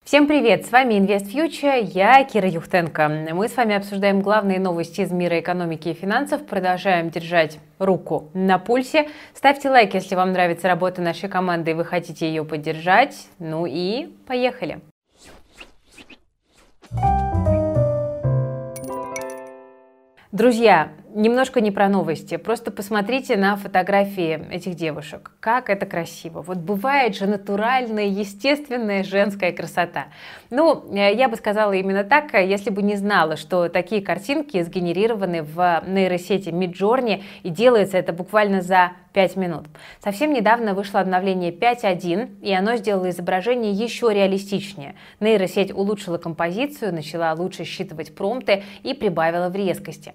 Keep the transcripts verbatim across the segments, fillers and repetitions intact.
Всем привет! С вами Invest Future, я Кира Юхтенко. Мы с вами обсуждаем главные новости из мира экономики и финансов, продолжаем держать руку на пульсе. Ставьте лайк, если вам нравится работа нашей команды и вы хотите ее поддержать. Ну и поехали! Друзья, немножко не про новости, просто посмотрите на фотографии этих девушек. Как это красиво. Вот бывает же натуральная, естественная женская красота. Ну, я бы сказала именно так, если бы не знала, что такие картинки сгенерированы в нейросети Midjourney, и делается это буквально за пять минут. Совсем недавно вышло обновление пять точка один, и оно сделало изображение еще реалистичнее. Нейросеть улучшила композицию, начала лучше считывать промпты и прибавила в резкости.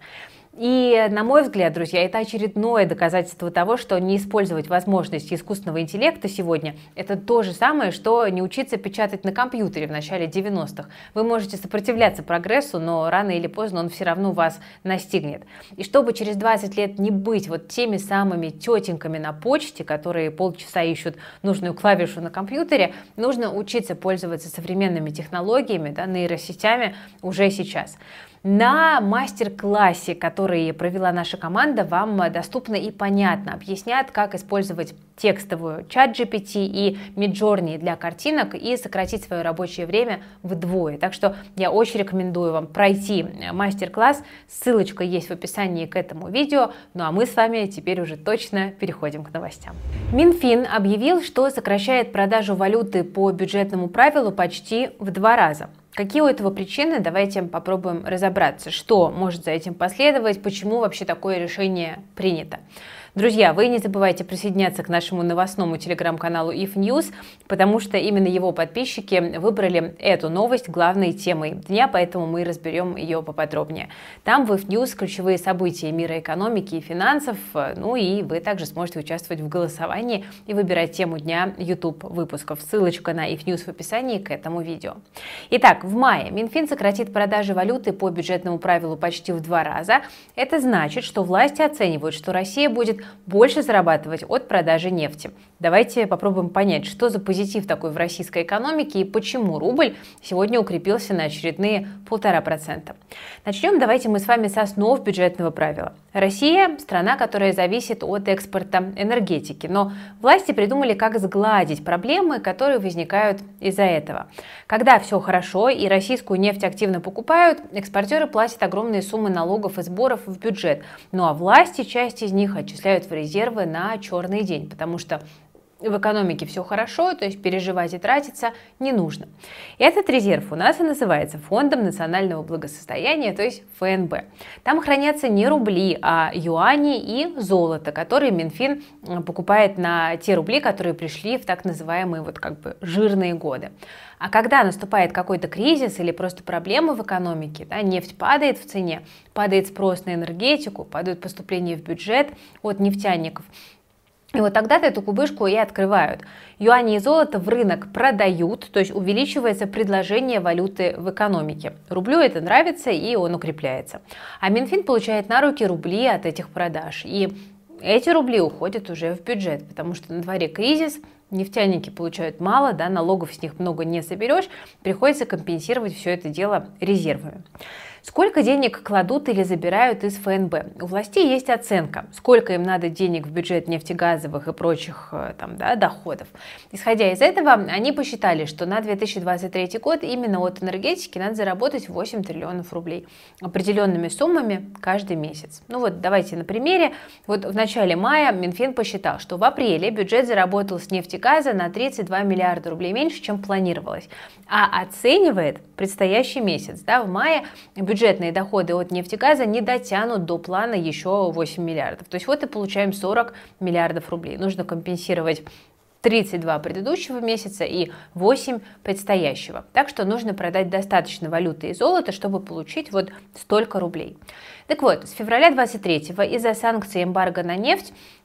И, на мой взгляд, друзья, это очередное доказательство того, что не использовать возможности искусственного интеллекта сегодня – это то же самое, что не учиться печатать на компьютере в начале девяностых. Вы можете сопротивляться прогрессу, но рано или поздно он все равно вас настигнет. И чтобы через двадцать лет не быть вот теми самыми тетеньками на почте, которые полчаса ищут нужную клавишу на компьютере, нужно учиться пользоваться современными технологиями, да, нейросетями уже сейчас. На мастер-классе, который провела наша команда, вам доступно и понятно объяснят, как использовать текстовую чат джи пи ти и Midjourney для картинок и сократить свое рабочее время вдвое. Так что я очень рекомендую вам пройти мастер-класс. Ссылочка есть в описании к этому видео. Ну а мы с вами теперь уже точно переходим к новостям. Минфин объявил, что сокращает продажу валюты по бюджетному правилу почти в два раза. Какие у этого причины? Давайте попробуем разобраться, что может за этим последовать, почему вообще такое решение принято. Друзья, вы не забывайте присоединяться к нашему новостному телеграм-каналу ай эф News, потому что именно его подписчики выбрали эту новость главной темой дня, поэтому мы разберем ее поподробнее. Там в ай эф News ключевые события мира экономики и финансов, ну и вы также сможете участвовать в голосовании и выбирать тему дня YouTube выпусков. Ссылочка на ай эф News в описании к этому видео. Итак, в мае Минфин сократит продажи валюты по бюджетному правилу почти в два раза. Это значит, что власти оценивают, что Россия будет больше зарабатывать от продажи нефти. Давайте попробуем понять, что за позитив такой в российской экономике и почему рубль сегодня укрепился на очередные полтора процента. Начнем давайте мы с вами с основ бюджетного правила. Россия – страна, которая зависит от экспорта энергетики, но власти придумали, как сгладить проблемы, которые возникают из-за этого. Когда все хорошо и российскую нефть активно покупают, экспортеры платят огромные суммы налогов и сборов в бюджет, ну а власти часть из них отчисляют в резервы на черный день, потому что в экономике все хорошо, то есть переживать и тратиться не нужно. Этот резерв у нас и называется Фондом национального благосостояния, то есть эф эн бэ. Там хранятся не рубли, а юани и золото, которые Минфин покупает на те рубли, которые пришли в так называемые вот как бы жирные годы. А когда наступает какой-то кризис или просто проблемы в экономике, да, нефть падает в цене, падает спрос на энергетику, падают поступления в бюджет от нефтяников, и вот тогда-то эту кубышку и открывают. Юани и золото в рынок продают, то есть увеличивается предложение валюты в экономике. Рублю это нравится, и он укрепляется. А Минфин получает на руки рубли от этих продаж. И эти рубли уходят уже в бюджет, потому что на дворе кризис, нефтяники получают мало, да, налогов с них много не соберешь, приходится компенсировать все это дело резервами. Сколько денег кладут или забирают из эф эн бэ? У властей есть оценка, сколько им надо денег в бюджет нефтегазовых и прочих там, да, доходов. Исходя из этого, они посчитали, что на две тысячи двадцать третий год именно от энергетики надо заработать восемь триллионов рублей определенными суммами каждый месяц. Ну вот давайте на примере. Вот в начале мая Минфин посчитал, что в апреле бюджет заработал с нефти и газа на тридцать два миллиарда рублей меньше, чем планировалось. А оценивает предстоящий месяц. Да, в мае бюджетные доходы от нефти и газа не дотянут до плана еще восемь миллиардов. То есть вот и получаем сорок миллиардов рублей. Нужно компенсировать тридцать два предыдущего месяца и восемь предстоящего. Так что нужно продать достаточно валюты и золота, чтобы получить вот столько рублей. Так вот, с февраля двадцать третьего из-за санкций и эмбарго на нефть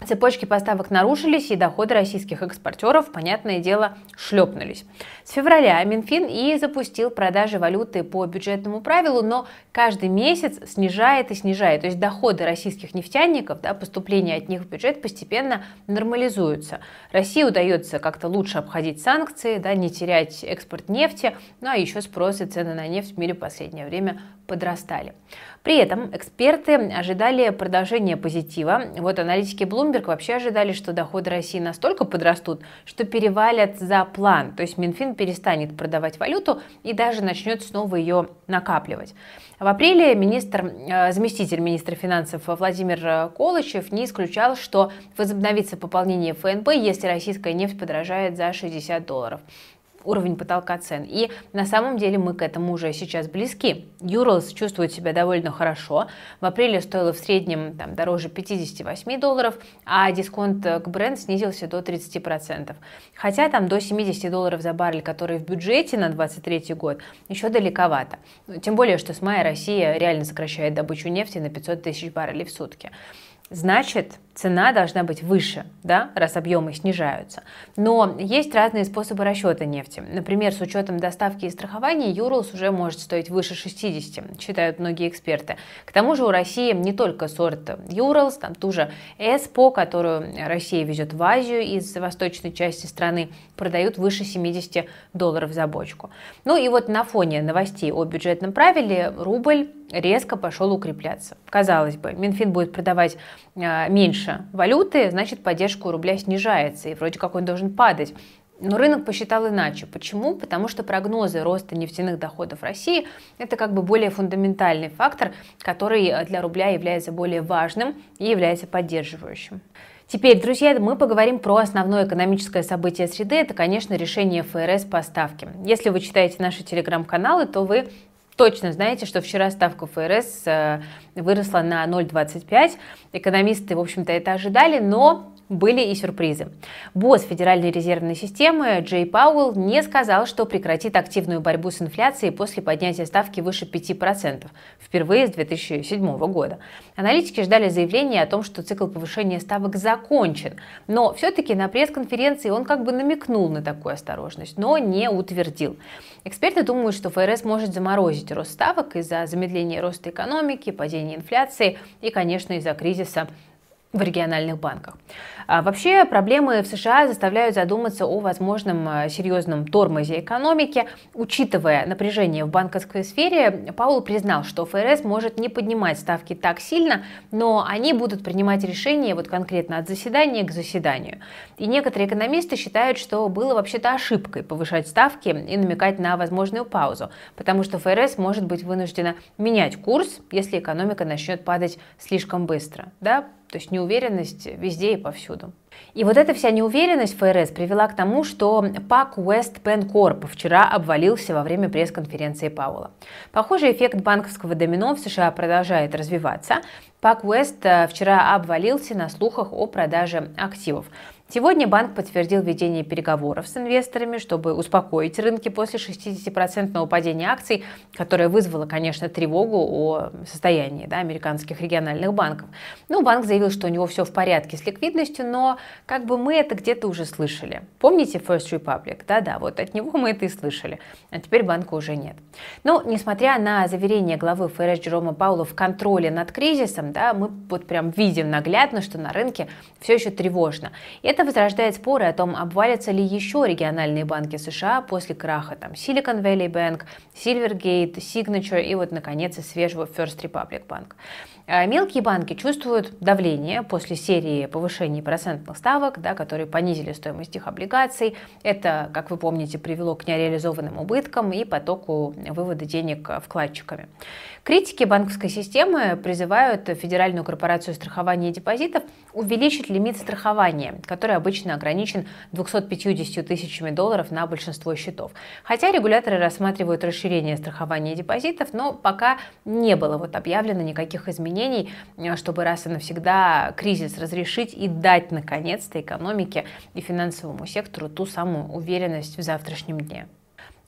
Цепочки поставок нарушились, и доходы российских экспортеров, понятное дело, шлепнулись. С февраля Минфин и запустил продажи валюты по бюджетному правилу, но каждый месяц снижает и снижает. То есть доходы российских нефтяников, да, поступления от них в бюджет постепенно нормализуются. России удается как-то лучше обходить санкции, да, не терять экспорт нефти, ну а еще спрос и цены на нефть в мире в последнее время подрастали. При этом эксперты ожидали продолжения позитива. Вот аналитики Bloomberg вообще ожидали, что доходы России настолько подрастут, что перевалят за план. То есть Минфин перестанет продавать валюту и даже начнет снова ее накапливать. В апреле министр, заместитель министра финансов Владимир Колычев не исключал, что возобновится пополнение эф эн бэ, если российская нефть подорожает за шестьдесят долларов. Уровень потолка цен. И на самом деле мы к этому уже сейчас близки. Urals чувствует себя довольно хорошо. В апреле стоило в среднем там, дороже пятьдесят восемь долларов, а дисконт к Brent снизился до тридцати процентов. Хотя там до семидесяти долларов за баррель, которые в бюджете на двадцать третий год, еще далековато. Тем более, что с мая Россия реально сокращает добычу нефти на пятьсот тысяч баррелей в сутки. Значит, цена должна быть выше, да, раз объемы снижаются. Но есть разные способы расчета нефти. Например, с учетом доставки и страхования Urals уже может стоить выше шестидесяти, считают многие эксперты. К тому же у России не только сорт Urals, там ту же эспо, которую Россия везет в Азию из восточной части страны, продают выше семидесяти долларов за бочку. Ну и вот на фоне новостей о бюджетном правиле рубль резко пошел укрепляться. Казалось бы, Минфин будет продавать э, меньше валюты, значит, поддержка у рубля снижается, и вроде как он должен падать. Но рынок посчитал иначе. Почему? Потому что прогнозы роста нефтяных доходов России – это как бы более фундаментальный фактор, который для рубля является более важным и является поддерживающим. Теперь, друзья, мы поговорим про основное экономическое событие среды. Это, конечно, решение эф эр эс по ставке. Если вы читаете наши телеграм-каналы, то вы точно знаете, что вчера ставка эф эр эс выросла на ноль целых двадцать пять сотых. Экономисты, в общем-то, это ожидали, но были и сюрпризы. Босс Федеральной резервной системы Джей Пауэлл не сказал, что прекратит активную борьбу с инфляцией после поднятия ставки выше пяти процентов, впервые с две тысячи седьмого года. Аналитики ждали заявления о том, что цикл повышения ставок закончен, но все-таки на пресс-конференции он как бы намекнул на такую осторожность, но не утвердил. Эксперты думают, что эф эр эс может заморозить рост ставок из-за замедления роста экономики, падения инфляции и, конечно, из-за кризиса в региональных банках. А вообще проблемы в США заставляют задуматься о возможном серьезном тормозе экономики. Учитывая напряжение в банковской сфере, Пауэлл признал, что эф эр эс может не поднимать ставки так сильно, но они будут принимать решения вот конкретно от заседания к заседанию. И некоторые экономисты считают, что было вообще-то ошибкой повышать ставки и намекать на возможную паузу, потому что эф эр эс может быть вынуждена менять курс, если экономика начнет падать слишком быстро, да? То есть неуверенность везде и повсюду. И вот эта вся неуверенность эф эр эс привела к тому, что PacWest Bancorp вчера обвалился во время пресс-конференции Пауэлла. Похожий эффект банковского домино в США продолжает развиваться. PacWest вчера обвалился на слухах о продаже активов. Сегодня банк подтвердил ведение переговоров с инвесторами, чтобы успокоить рынки после шестидесятипроцентного падения акций, которое вызвало, конечно, тревогу о состоянии, да, американских региональных банков. Ну, банк заявил, что у него все в порядке с ликвидностью, но как бы мы это где-то уже слышали. Помните First Republic? Да-да, вот от него мы это и слышали, а теперь банка уже нет. Но, несмотря на заверение главы эф эр эс Джерома Пауэлла в контроле над кризисом, да, мы вот прям видим наглядно, что на рынке все еще тревожно. И это возрождает споры о том, обвалятся ли еще региональные банки США после краха там Silicon Valley Bank, Silvergate, Signature и вот, наконец, и свежего First Republic Bank. Мелкие банки чувствуют давление после серии повышений процентных ставок, да, которые понизили стоимость их облигаций. Это, как вы помните, привело к нереализованным убыткам и потоку вывода денег вкладчиками. Критики банковской системы призывают Федеральную корпорацию страхования депозитов увеличить лимит страхования, который обычно ограничен двумястами пятьюдесятью тысячами долларов на большинство счетов. Хотя регуляторы рассматривают расширение страхования депозитов, но пока не было вот объявлено никаких изменений, чтобы раз и навсегда кризис разрешить и дать наконец-то экономике и финансовому сектору ту самую уверенность в завтрашнем дне.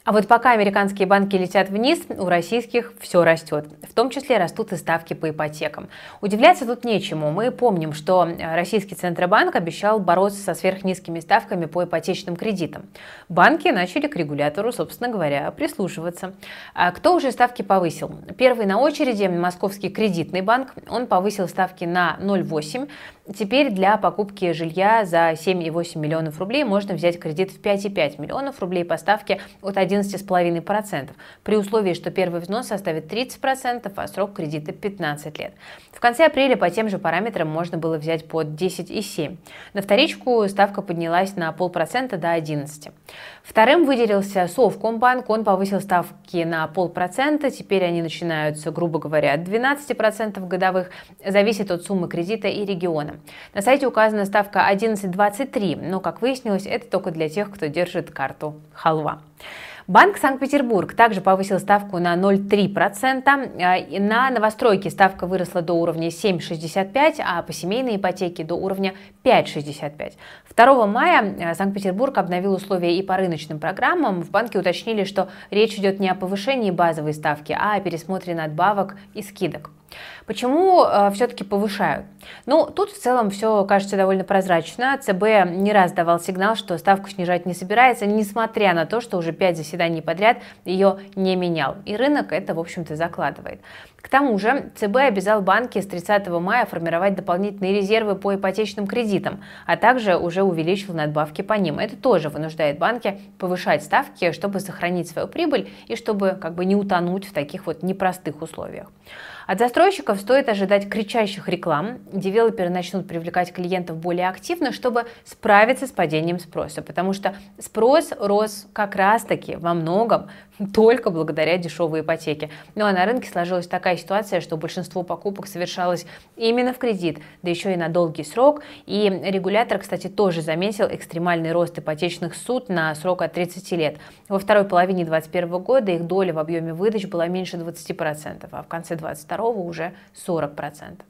А вот пока американские банки летят вниз, у российских все растет. В том числе растут и ставки по ипотекам. Удивляться тут нечему. Мы помним, что российский Центробанк обещал бороться со сверхнизкими ставками по ипотечным кредитам. Банки начали к регулятору, собственно говоря, прислушиваться. А кто уже ставки повысил? Первый на очереди Московский кредитный банк. Он повысил ставки на ноль целых восемь десятых. Теперь для покупки жилья за семь целых восемь десятых миллионов рублей можно взять кредит в пять целых пять десятых миллионов рублей по ставке от одиннадцати целых пяти десятых процента, при условии, что первый взнос составит тридцать процентов, а срок кредита пятнадцать лет. В конце апреля по тем же параметрам можно было взять под десять целых семь десятых. На вторичку ставка поднялась на полпроцента до одиннадцати процентов. Вторым выделился Совкомбанк, он повысил ставки на полпроцента, теперь они начинаются, грубо говоря, от двенадцати процентов годовых, зависит от суммы кредита и региона. На сайте указана ставка одиннадцать целых двадцать три сотых, но, как выяснилось, это только для тех, кто держит карту халва. Банк Санкт-Петербург также повысил ставку на ноль целых три десятых процента. На новостройки ставка выросла до уровня семь целых шестьдесят пять сотых, а по семейной ипотеке до уровня пять целых шестьдесят пять сотых. второго мая Санкт-Петербург обновил условия и по рыночным программам. В банке уточнили, что речь идет не о повышении базовой ставки, а о пересмотре надбавок и скидок. Почему э, все-таки повышают? Ну, тут в целом все кажется довольно прозрачно. ЦБ не раз давал сигнал, что ставку снижать не собирается, несмотря на то, что уже пять заседаний подряд ее не менял. И рынок это, в общем-то, закладывает. К тому же ЦБ обязал банки с тридцатого мая формировать дополнительные резервы по ипотечным кредитам, а также уже увеличил надбавки по ним. Это тоже вынуждает банки повышать ставки, чтобы сохранить свою прибыль и чтобы как бы не утонуть в таких вот непростых условиях. От застройщиков стоит ожидать кричащих реклам. Девелоперы начнут привлекать клиентов более активно, чтобы справиться с падением спроса, потому что спрос рос как раз-таки во многом только благодаря дешевой ипотеке. Ну а на рынке сложилась такая ситуация, что большинство покупок совершалось именно в кредит, да еще и на долгий срок. И регулятор, кстати, тоже заметил экстремальный рост ипотечных суд на срок от тридцати лет. Во второй половине две тысячи двадцать первого года их доля в объеме выдач была меньше двадцати процентов, а в конце две тысячи двадцать второго уже сорок процентов.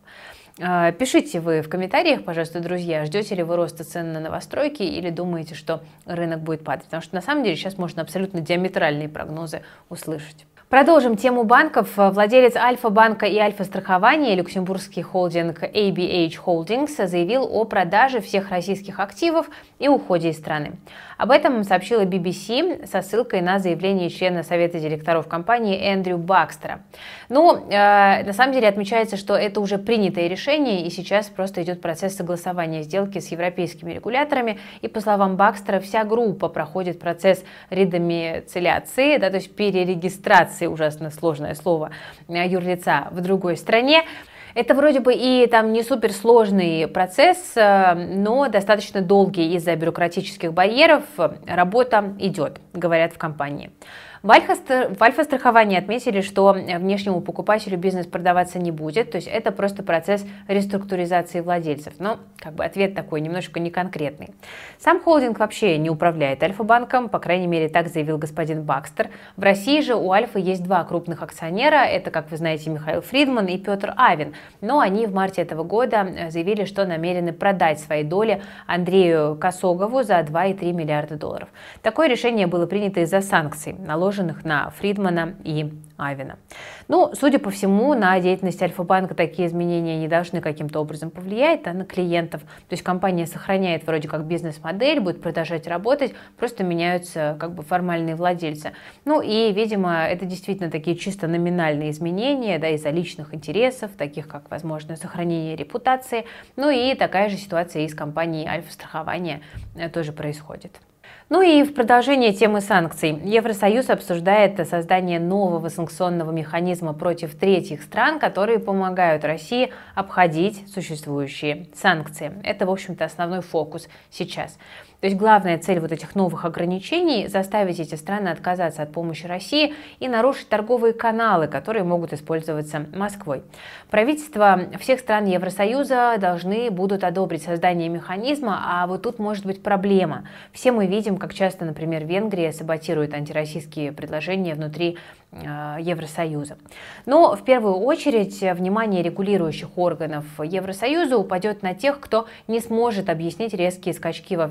Пишите вы в комментариях, пожалуйста, друзья, ждете ли вы роста цен на новостройки или думаете, что рынок будет падать, потому что на самом деле сейчас можно абсолютно диаметральные прогнозы услышать. Продолжим тему банков. Владелец Альфа-банка и Альфа-страхования, люксембургский холдинг эй би эйч Holdings, заявил о продаже всех российских активов и уходе из страны. Об этом сообщила би би си со ссылкой на заявление члена совета директоров компании Эндрю Бакстера. Ну, э, на самом деле отмечается, что это уже принятое решение, и сейчас просто идет процесс согласования сделки с европейскими регуляторами. И по словам Бакстера, вся группа проходит процесс редомицеляции, да, то есть перерегистрации, ужасно сложное слово, юрлица в другой стране. Это вроде бы и там не суперсложный процесс, но достаточно долгий из-за бюрократических барьеров. Работа идет, говорят в компании. В Альфа-страховании отметили, что внешнему покупателю бизнес продаваться не будет, то есть это просто процесс реструктуризации владельцев. Но как бы ответ такой немножко неконкретный. Сам холдинг вообще не управляет Альфа-банком, по крайней мере так заявил господин Бакстер. В России же у Альфы есть два крупных акционера, это, как вы знаете, Михаил Фридман и Петр Авен, но они в марте этого года заявили, что намерены продать свои доли Андрею Косогову за два целых три десятых миллиарда долларов. Такое решение было принято из-за санкций, наложенных на Фридмана и Авена. Ну, судя по всему, на деятельность Альфа-банка такие изменения не должны каким-то образом повлиять, а на клиентов. То есть компания сохраняет вроде как бизнес-модель, будет продолжать работать, просто меняются как бы формальные владельцы. Ну и, видимо, это действительно такие чисто номинальные изменения, да, из-за личных интересов, таких как, возможно, сохранение репутации. Ну и такая же ситуация и с компанией Альфа-страхования тоже происходит. Ну и в продолжение темы санкций. Евросоюз обсуждает создание нового санкционного механизма против третьих стран, которые помогают России обходить существующие санкции. Это, в общем-то, основной фокус сейчас. То есть главная цель вот этих новых ограничений – заставить эти страны отказаться от помощи России и нарушить торговые каналы, которые могут использоваться Москвой. Правительства всех стран Евросоюза должны будут одобрить создание механизма, а вот тут может быть проблема. Все мы видим, как часто, например, Венгрия саботирует антироссийские предложения внутри Евросоюза. Но в первую очередь внимание регулирующих органов Евросоюза упадет на тех, кто не сможет объяснить резкие скачки во внешней торговле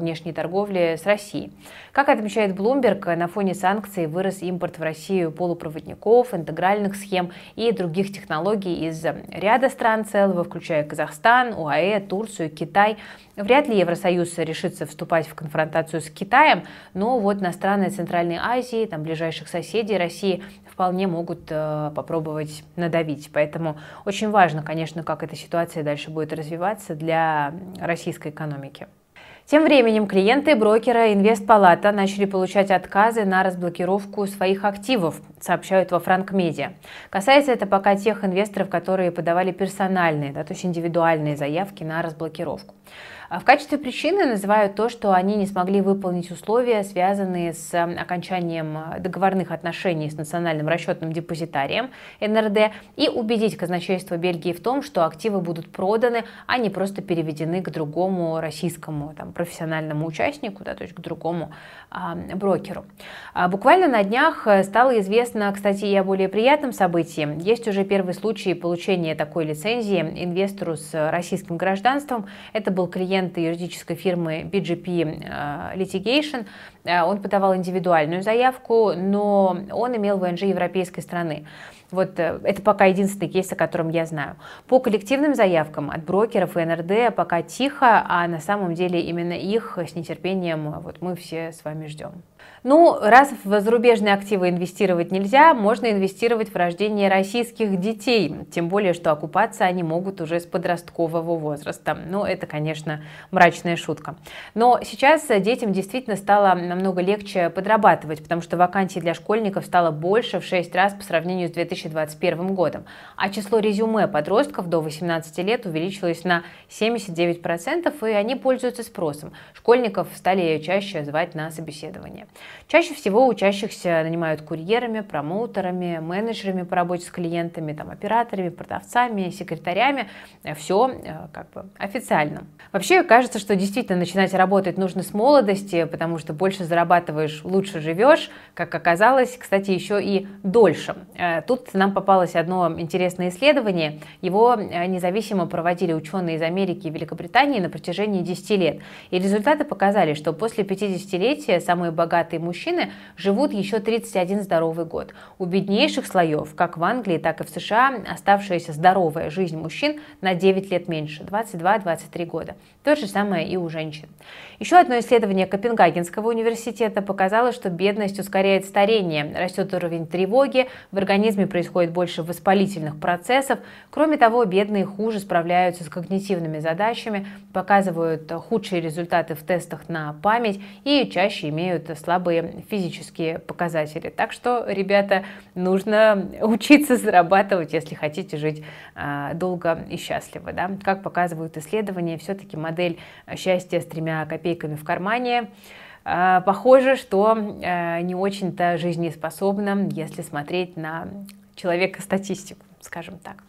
торговли с Россией. Как отмечает Bloomberg, на фоне санкций вырос импорт в Россию полупроводников, интегральных схем и других технологий из ряда стран целого, включая Казахстан, ОАЭ, Турцию, Китай. Вряд ли Евросоюз решится вступать в конфронтацию с Китаем, но вот на страны Центральной Азии, там ближайших соседей России, вполне могут э, попробовать надавить. Поэтому очень важно, конечно, как эта ситуация дальше будет развиваться для российской экономики. Тем временем клиенты брокера Инвестпалата начали получать отказы на разблокировку своих активов, сообщают во Франкмедиа. Касается это пока тех инвесторов, которые подавали персональные, да, то есть индивидуальные заявки на разблокировку. В качестве причины называют то, что они не смогли выполнить условия, связанные с окончанием договорных отношений с Национальным расчетным депозитарием эн эр дэ, и убедить казначейство Бельгии в том, что активы будут проданы, а не просто переведены к другому российскому там, профессиональному участнику, да, то есть к другому а, брокеру. А буквально на днях стало известно, кстати, и о более приятном событии. Есть уже первый случай получения такой лицензии инвестору с российским гражданством. Это был клиент юридической фирмы би джи пи Litigation. Он подавал индивидуальную заявку, но он имел вэ эн жэ европейской страны. Вот это пока единственный кейс, о котором я знаю. По коллективным заявкам от брокеров и эн эр дэ пока тихо, а на самом деле именно их с нетерпением вот мы все с вами ждем. Ну, раз в зарубежные активы инвестировать нельзя, можно инвестировать в рождение российских детей. Тем более, что окупаться они могут уже с подросткового возраста. Ну, это, конечно, мрачная шутка. Но сейчас детям действительно стало намного легче подрабатывать, потому что вакансий для школьников стало больше в шесть раз по сравнению с две тысячи двадцать первым годом. А число резюме подростков до восемнадцати лет увеличилось на семьдесят девять процентов, и они пользуются спросом. Школьников стали чаще звать на собеседование. Чаще всего учащихся нанимают курьерами, промоутерами, менеджерами по работе с клиентами, там, операторами, продавцами, секретарями. Все как бы официально. Вообще кажется, что действительно начинать работать нужно с молодости, потому что больше зарабатываешь, лучше живешь. Как оказалось, кстати, еще и дольше. Тут нам попалось одно интересное исследование. Его независимо проводили ученые из Америки и Великобритании на протяжении десяти лет. И результаты показали, что после пятидесятилетия самые богатые мужчины живут еще тридцать один здоровый год. У беднейших слоев, как в Англии, так и в США, оставшаяся здоровая жизнь мужчин на девять лет меньше, двадцать два — двадцать три года. То же самое и у женщин. Еще одно исследование Копенгагенского университета показало, что бедность ускоряет старение, растет уровень тревоги, в организме происходит больше воспалительных процессов. Кроме того, бедные хуже справляются с когнитивными задачами, показывают худшие результаты в тестах на память и чаще имеют слабые физические показатели. Так что, ребята, нужно учиться зарабатывать, если хотите жить э, долго и счастливо. Да? Как показывают исследования, все-таки модель счастья с тремя копейками в кармане э, похоже, что э, не очень-то жизнеспособна, если смотреть на человека-статистику, скажем так.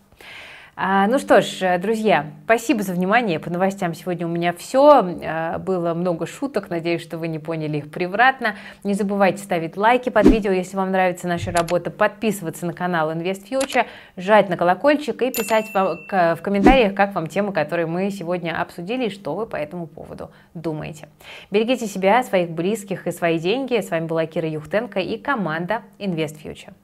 Ну что ж, друзья, спасибо за внимание. По новостям сегодня у меня все. Было много шуток, надеюсь, что вы не поняли их превратно. Не забывайте ставить лайки под видео, если вам нравится наша работа, подписываться на канал InvestFuture, жать на колокольчик и писать в комментариях, как вам темы, которые мы сегодня обсудили, и что вы по этому поводу думаете. Берегите себя, своих близких и свои деньги. С вами была Кира Юхтенко и команда InvestFuture.